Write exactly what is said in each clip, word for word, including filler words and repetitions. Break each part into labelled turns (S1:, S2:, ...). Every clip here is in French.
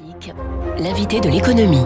S1: L'invité de l'économie.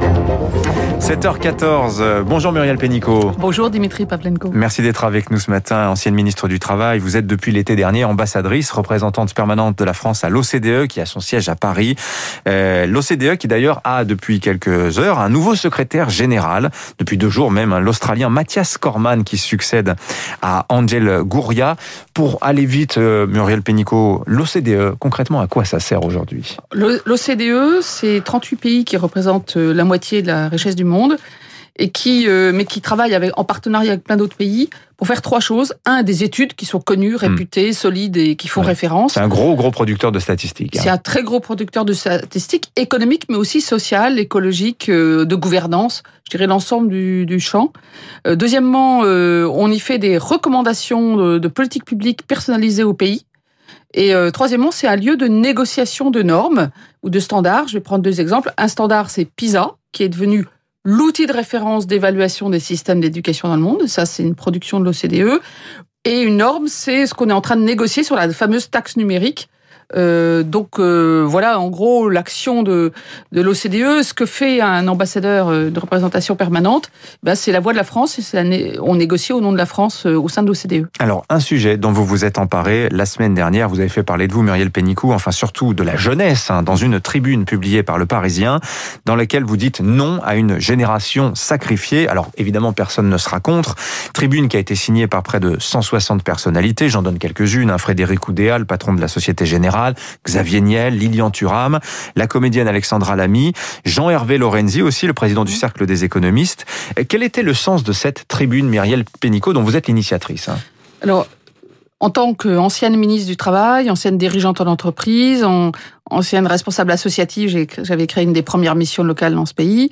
S2: sept heures quatorze. Bonjour Muriel Pénicaud.
S3: Bonjour Dimitri Pavlenko.
S2: Merci d'être avec nous ce matin, ancienne ministre du Travail. Vous êtes depuis l'été dernier ambassadrice, représentante permanente de la France à l'O C D E qui a son siège à Paris. Euh, L'O C D E qui d'ailleurs a depuis quelques heures un nouveau secrétaire général, depuis deux jours même, l'Australien Mathias Cormann qui succède à Angel Gurria. Pour aller vite, euh, Muriel Pénicaud, l'O C D E, concrètement, à quoi ça sert aujourd'hui ?
S3: L'O C D E, c'est trente-huit pays qui représentent la moitié de la richesse du monde et qui, euh, mais qui travaillent avec, en partenariat avec plein d'autres pays pour faire trois choses. Un, des études qui sont connues, réputées, mmh. solides et qui font ouais. référence.
S2: C'est un gros, gros producteur de statistiques.
S3: C'est hein. un très gros producteur de statistiques économiques, mais aussi sociales, écologiques, euh, de gouvernance. Je dirais l'ensemble du, du champ. Euh, deuxièmement, euh, on y fait des recommandations de, de politique publique personnalisées au pays. Et euh, troisièmement, c'est un lieu de négociation de normes ou de standards. Je vais prendre deux exemples. Un standard, c'est PISA, qui est devenu l'outil de référence d'évaluation des systèmes d'éducation dans le monde. Ça, c'est une production de l'O C D E. Et une norme, c'est ce qu'on est en train de négocier sur la fameuse taxe numérique. Euh, donc euh, voilà, en gros, l'action de, de l'O C D E, ce que fait un ambassadeur de représentation permanente, ben, c'est la voix de la France et c'est la, on négocie au nom de la France euh, au sein de l'O C D E.
S2: Alors, un sujet dont vous vous êtes emparé la semaine dernière, vous avez fait parler de vous, Muriel Pénicaud, enfin surtout de la jeunesse, hein, dans une tribune publiée par Le Parisien, dans laquelle vous dites non à une génération sacrifiée. Alors, évidemment, personne ne sera contre. Tribune qui a été signée par près de cent soixante personnalités, j'en donne quelques-unes, hein, Frédéric Oudéa, le patron de la Société Générale, Xavier Niel, Lilian Thuram, la comédienne Alexandra Lamy, Jean-Hervé Lorenzi aussi, le président du Cercle des économistes. Quel était le sens de cette tribune, Muriel Pénicaud, dont vous êtes l'initiatrice ?
S3: Alors, en tant qu'ancienne ministre du Travail, ancienne dirigeante en entreprise, en, ancienne responsable associative, j'ai, j'avais créé une des premières missions locales dans ce pays.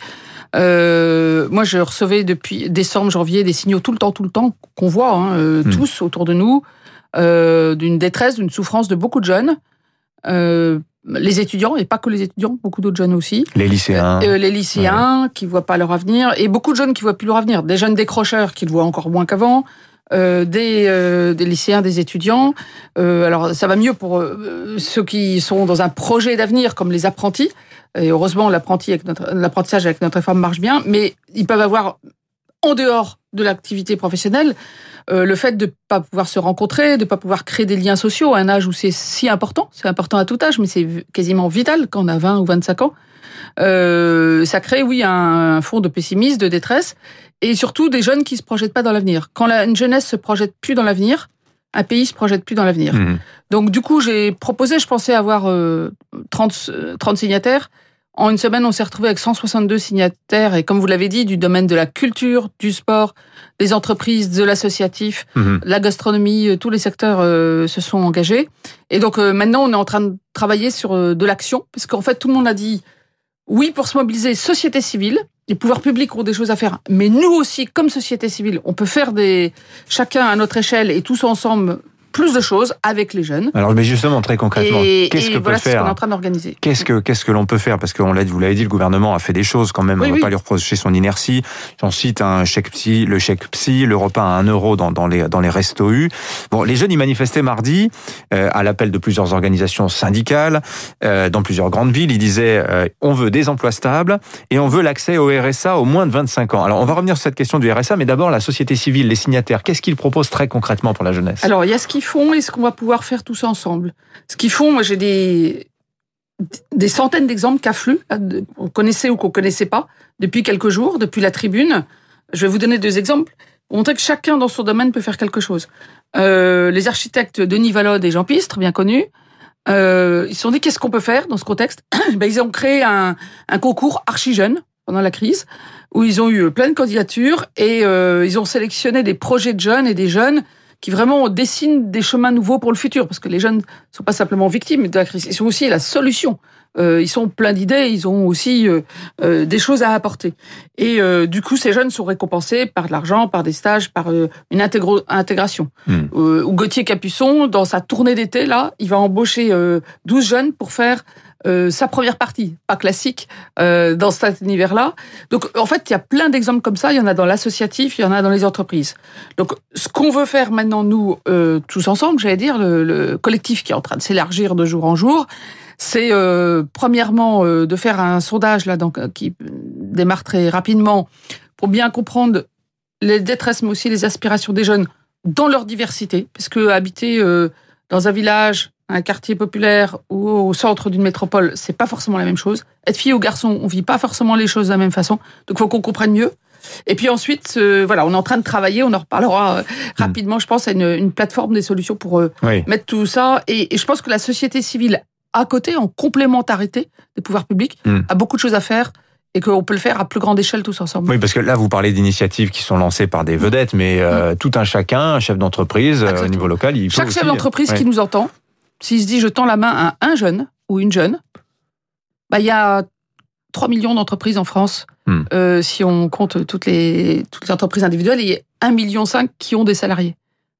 S3: Euh, moi, je recevais depuis décembre, janvier des signaux tout le temps, tout le temps, qu'on voit, hein, euh, mmh. tous autour de nous, euh, d'une détresse, d'une souffrance de beaucoup de jeunes. Euh, les étudiants, et pas que les étudiants, beaucoup d'autres jeunes aussi.
S2: Les lycéens.
S3: Euh, les lycéens ouais. qui voient pas leur avenir, et beaucoup de jeunes qui voient plus leur avenir. Des jeunes décrocheurs qui le voient encore moins qu'avant, euh, des, euh, des lycéens, des étudiants. Euh, alors ça va mieux pour euh, ceux qui sont dans un projet d'avenir, comme les apprentis. Et heureusement, l'apprenti avec notre, l'apprentissage avec notre réforme marche bien, mais ils peuvent avoir, en dehors de l'activité professionnelle, euh, le fait de ne pas pouvoir se rencontrer, de ne pas pouvoir créer des liens sociaux à un âge où c'est si important. C'est important à tout âge, mais c'est quasiment vital quand on a vingt ou vingt-cinq ans. Euh, ça crée, oui, un, un fond de pessimisme, de détresse, et surtout des jeunes qui ne se projettent pas dans l'avenir. Quand la, une jeunesse ne se projette plus dans l'avenir, un pays ne se projette plus dans l'avenir. Mmh. Donc du coup, j'ai proposé, je pensais avoir euh, trente, trente signataires. En une semaine, on s'est retrouvé avec cent soixante-deux signataires, et comme vous l'avez dit, du domaine de la culture, du sport, des entreprises, de l'associatif, mmh. la gastronomie, tous les secteurs euh, se sont engagés. Et donc euh, maintenant, on est en train de travailler sur euh, de l'action, parce qu'en fait, tout le monde a dit oui pour se mobiliser, société civile, les pouvoirs publics ont des choses à faire, mais nous aussi, comme société civile, on peut faire des chacun à notre échelle et tous ensemble plus de choses avec les jeunes.
S2: Alors, mais justement, très concrètement,
S3: et,
S2: qu'est-ce
S3: et
S2: que
S3: voilà
S2: peut faire
S3: ce qu'on est en train d'organiser.
S2: Qu'est-ce que qu'est-ce que l'on peut faire ? Parce qu'on l'a, vous l'avez dit, le gouvernement a fait des choses quand même. Oui, on ne va oui. pas lui reprocher son inertie. J'en cite un chèque psy, le chèque psy, le repas à un euro dans, dans les dans les restos U. Bon, les jeunes, ils manifestaient mardi euh, à l'appel de plusieurs organisations syndicales euh, dans plusieurs grandes villes. Ils disaient euh, on veut des emplois stables et on veut l'accès au R S A aux moins de vingt-cinq ans. Alors, on va revenir sur cette question du R S A, mais d'abord la société civile, les signataires. Qu'est-ce qu'ils proposent très concrètement pour la jeunesse ?
S3: Alors, il y a ce qu'ils font et ce qu'on va pouvoir faire tous ensemble. Ce qu'ils font, moi j'ai des, des centaines d'exemples qui affluent, qu'on connaissait ou qu'on ne connaissait pas, depuis quelques jours, depuis la tribune. Je vais vous donner deux exemples pour montrer que chacun dans son domaine peut faire quelque chose. Euh, les architectes Denis Vallode et Jean Pistre, bien connus, euh, ils se sont dit qu'est-ce qu'on peut faire dans ce contexte. Ben, ils ont créé un, un concours archi-jeune pendant la crise, où ils ont eu plein de candidatures et euh, ils ont sélectionné des projets de jeunes et des jeunes qui vraiment dessinent des chemins nouveaux pour le futur, parce que les jeunes ne sont pas simplement victimes de la crise, ils sont aussi la solution. Euh, ils sont pleins d'idées, ils ont aussi euh, euh, des choses à apporter. Et euh, du coup, ces jeunes sont récompensés par de l'argent, par des stages, par euh, une intégro- intégration. Mmh. Euh, où Gauthier Capuçon, dans sa tournée d'été, là, il va embaucher euh, douze jeunes pour faire Euh, sa première partie, pas classique, euh, dans cet univers-là. Donc, en fait, il y a plein d'exemples comme ça. Il y en a dans l'associatif, il y en a dans les entreprises. Donc, ce qu'on veut faire maintenant, nous, euh, tous ensemble, j'allais dire, le, le collectif qui est en train de s'élargir de jour en jour, c'est euh, premièrement euh, de faire un sondage là, donc, qui démarre très rapidement pour bien comprendre les détresses, mais aussi les aspirations des jeunes dans leur diversité. Parce que habiter euh, dans un village, un quartier populaire ou au centre d'une métropole, c'est pas forcément la même chose. Être fille ou garçon, on vit pas forcément les choses de la même façon. Donc, il faut qu'on comprenne mieux. Et puis ensuite, euh, voilà, on est en train de travailler, on en reparlera euh, rapidement, mmh. je pense, à une, une plateforme des solutions pour euh, oui. mettre tout ça. Et, et je pense que la société civile, à côté, en complémentarité des pouvoirs publics, mmh. a beaucoup de choses à faire. Et qu'on peut le faire à plus grande échelle tous ensemble.
S2: Oui, parce que là, vous parlez d'initiatives qui sont lancées par des vedettes, mais euh, mmh. tout un chacun, un chef d'entreprise euh, au niveau local, il
S3: Chaque
S2: peut
S3: chef
S2: aussi...
S3: d'entreprise
S2: ouais.
S3: qui nous entend, s'il se dit « je tends la main à un jeune ou une jeune », bah, il y a trois millions d'entreprises en France, mmh. euh, si on compte toutes les, toutes les entreprises individuelles, et un virgule cinq million qui ont des salariés.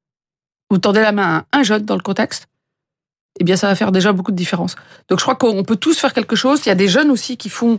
S3: Vous tendez la main à un jeune dans le contexte, eh bien, ça va faire déjà beaucoup de différence. Donc, je crois qu'on peut tous faire quelque chose. Il y a des jeunes aussi qui font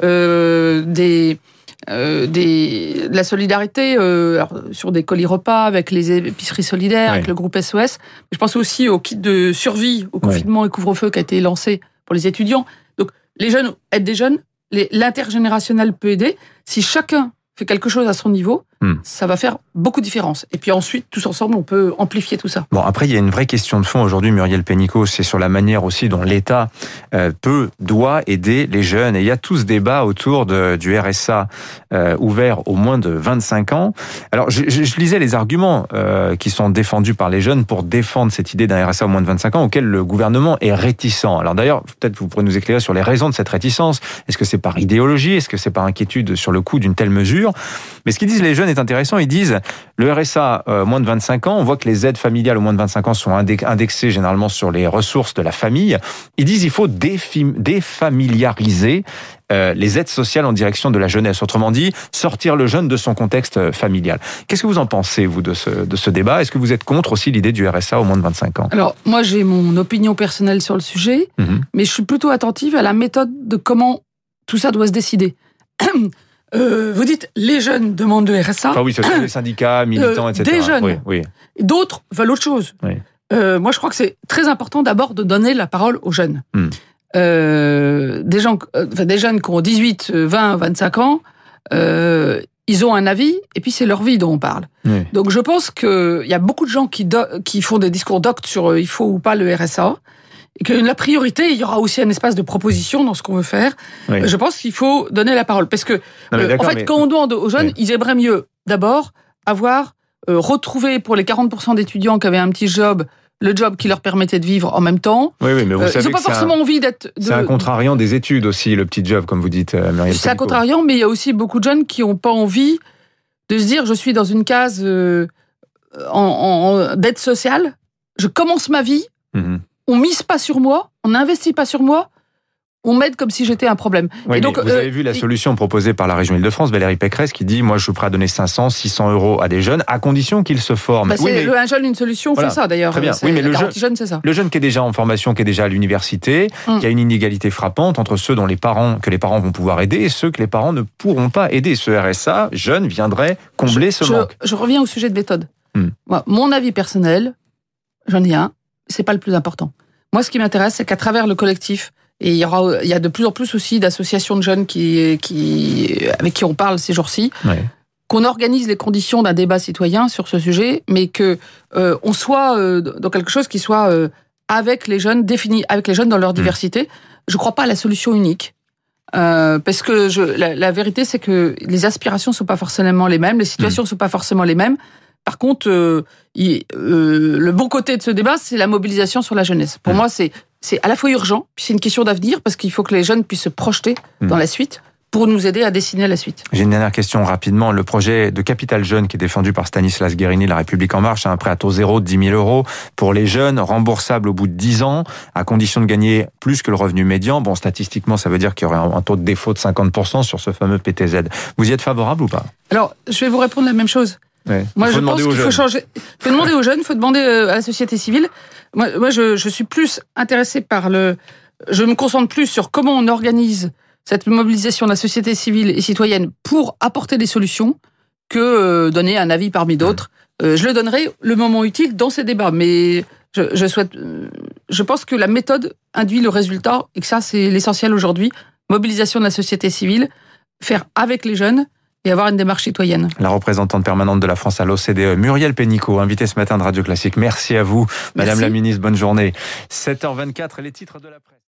S3: euh, des, euh, des, de la solidarité euh, alors, sur des colis repas, avec les épiceries solidaires, ouais. avec le groupe S O S. Je pense aussi au kit de survie au confinement ouais. et couvre-feu qui a été lancé pour les étudiants. Donc, les jeunes aident des jeunes. Les, l'intergénérationnel peut aider. Si chacun fait quelque chose à son niveau, hmm. ça va faire beaucoup de différence. Et puis ensuite, tous ensemble, on peut amplifier tout ça.
S2: Bon, après, il y a une vraie question de fond aujourd'hui, Muriel Pénicaud, c'est sur la manière aussi dont l'État euh, peut, doit aider les jeunes. Et il y a tout ce débat autour de, du R S A euh, ouvert aux moins de vingt-cinq ans. Alors, je, je, je lisais les arguments euh, qui sont défendus par les jeunes pour défendre cette idée d'un R S A aux moins de vingt-cinq ans, auquel le gouvernement est réticent. Alors d'ailleurs, peut-être vous pourrez nous éclairer sur les raisons de cette réticence. Est-ce que c'est par idéologie? Est-ce que c'est par inquiétude sur le coût d'une telle mesure? Mais ce qu'ils disent les jeunes est intéressant. Ils disent le R S A euh, moins de vingt-cinq ans, on voit que les aides familiales au moins de vingt-cinq ans sont indexées généralement sur les ressources de la famille. Ils disent il faut défim- défamiliariser euh, les aides sociales en direction de la jeunesse. Autrement dit, sortir le jeune de son contexte familial. Qu'est-ce que vous en pensez, vous, de ce, de ce débat? Est-ce que vous êtes contre aussi l'idée du R S A au moins de vingt-cinq ans?
S3: Alors, moi, j'ai mon opinion personnelle sur le sujet, mmh. mais je suis plutôt attentive à la méthode de comment tout ça doit se décider. Euh, vous dites, les jeunes demandent le R S A.
S2: Enfin oui, ce sont les syndicats, militants,
S3: euh,
S2: et cetera.
S3: Des jeunes.
S2: Oui, oui.
S3: D'autres veulent autre chose. Oui. Euh, moi, je crois que c'est très important d'abord de donner la parole aux jeunes. Hmm. Euh, des, gens, euh, enfin, des jeunes qui ont dix-huit, vingt, vingt-cinq ans, euh, ils ont un avis, et puis c'est leur vie dont on parle. Oui. Donc je pense qu'il y a beaucoup de gens qui, do, qui font des discours doctes sur euh, il faut ou pas le R S A. Et que la priorité, il y aura aussi un espace de proposition dans ce qu'on veut faire. Oui. Je pense qu'il faut donner la parole. Parce que, non, euh, en fait, mais... quand on demande aux jeunes, oui. ils aimeraient mieux, d'abord, avoir euh, retrouvé pour les quarante pour cent d'étudiants qui avaient un petit job, le job qui leur permettait de vivre en même temps.
S2: Oui, oui, mais vous euh, savez
S3: ils n'ont pas forcément un... envie d'être... De...
S2: C'est un contrariant des études aussi, le petit job, comme vous dites, Muriel Pénicaud.
S3: C'est un contrariant, mais il y a aussi beaucoup de jeunes qui n'ont pas envie de se dire, je suis dans une case euh, en, en, d'aide sociale, je commence ma vie, mm-hmm. on mise pas sur moi, on n'investit pas sur moi, on m'aide comme si j'étais un problème.
S2: Oui, et donc, vous euh, avez vu la
S3: et...
S2: solution proposée par la région Île-de-France, Valérie Pécresse, qui dit, moi je suis prêt à donner cinq cents, six cents euros à des jeunes, à condition qu'ils se forment.
S3: Bah, c'est
S2: oui, mais...
S3: le, un jeune, une solution,
S2: voilà,
S3: fait ça d'ailleurs.
S2: Très bien.
S3: C'est,
S2: oui, mais
S3: le
S2: jeune,
S3: jeune, c'est ça.
S2: Le jeune qui est déjà en formation, qui est déjà à l'université, mm. il y a une inégalité frappante entre ceux dont les parents, que les parents vont pouvoir aider et ceux que les parents ne pourront pas aider. Ce R S A, jeune, viendrait combler
S3: je,
S2: ce
S3: je,
S2: manque.
S3: Je reviens au sujet de méthode. Mm. Moi, mon avis personnel, j'en ai un, c'est pas le plus important. Moi, ce qui m'intéresse, c'est qu'à travers le collectif, et il y aura, il y a de plus en plus aussi d'associations de jeunes qui, qui, avec qui on parle ces jours-ci, ouais. qu'on organise les conditions d'un débat citoyen sur ce sujet, mais que euh, on soit euh, dans quelque chose qui soit euh, avec les jeunes, défini avec les jeunes dans leur diversité. Mmh. Je crois pas à la solution unique. Euh, parce que je, la, la vérité, c'est que les aspirations sont pas forcément les mêmes, les situations mmh. sont pas forcément les mêmes. Par contre, euh, il, euh, le bon côté de ce débat, c'est la mobilisation sur la jeunesse. Pour mmh. moi, c'est, c'est à la fois urgent, puis c'est une question d'avenir, parce qu'il faut que les jeunes puissent se projeter mmh. dans la suite pour nous aider à dessiner la suite.
S2: J'ai une dernière question rapidement. Le projet de Capital Jeune qui est défendu par Stanislas Guerini, La République En Marche, a un prêt à taux zéro de dix mille euros pour les jeunes, remboursable au bout de dix ans, à condition de gagner plus que le revenu médian. Bon, statistiquement, ça veut dire qu'il y aurait un taux de défaut de cinquante pour cent sur ce fameux P T Z. Vous y êtes favorable ou pas?
S3: Alors, je vais vous répondre la même chose.
S2: Ouais.
S3: Moi,
S2: faut
S3: je pense qu'il faut changer. Il faut demander aux jeunes, il faut demander à la société civile. Moi, moi je, je suis plus intéressée par le... Je me concentre plus sur comment on organise cette mobilisation de la société civile et citoyenne pour apporter des solutions que euh, donner un avis parmi d'autres. Mmh. Euh, je le donnerai le moment utile dans ces débats. Mais Je, je souhaite, je pense que la méthode induit le résultat et que ça, c'est l'essentiel aujourd'hui. Mobilisation de la société civile, faire avec les jeunes et avoir une démarche citoyenne.
S2: La représentante permanente de la France à l'O C D E, Muriel Pénicaud, invitée ce matin de Radio Classique. Merci à vous, Madame
S3: Merci.
S2: la Ministre. Bonne journée. sept heures vingt-quatre, les titres de la presse.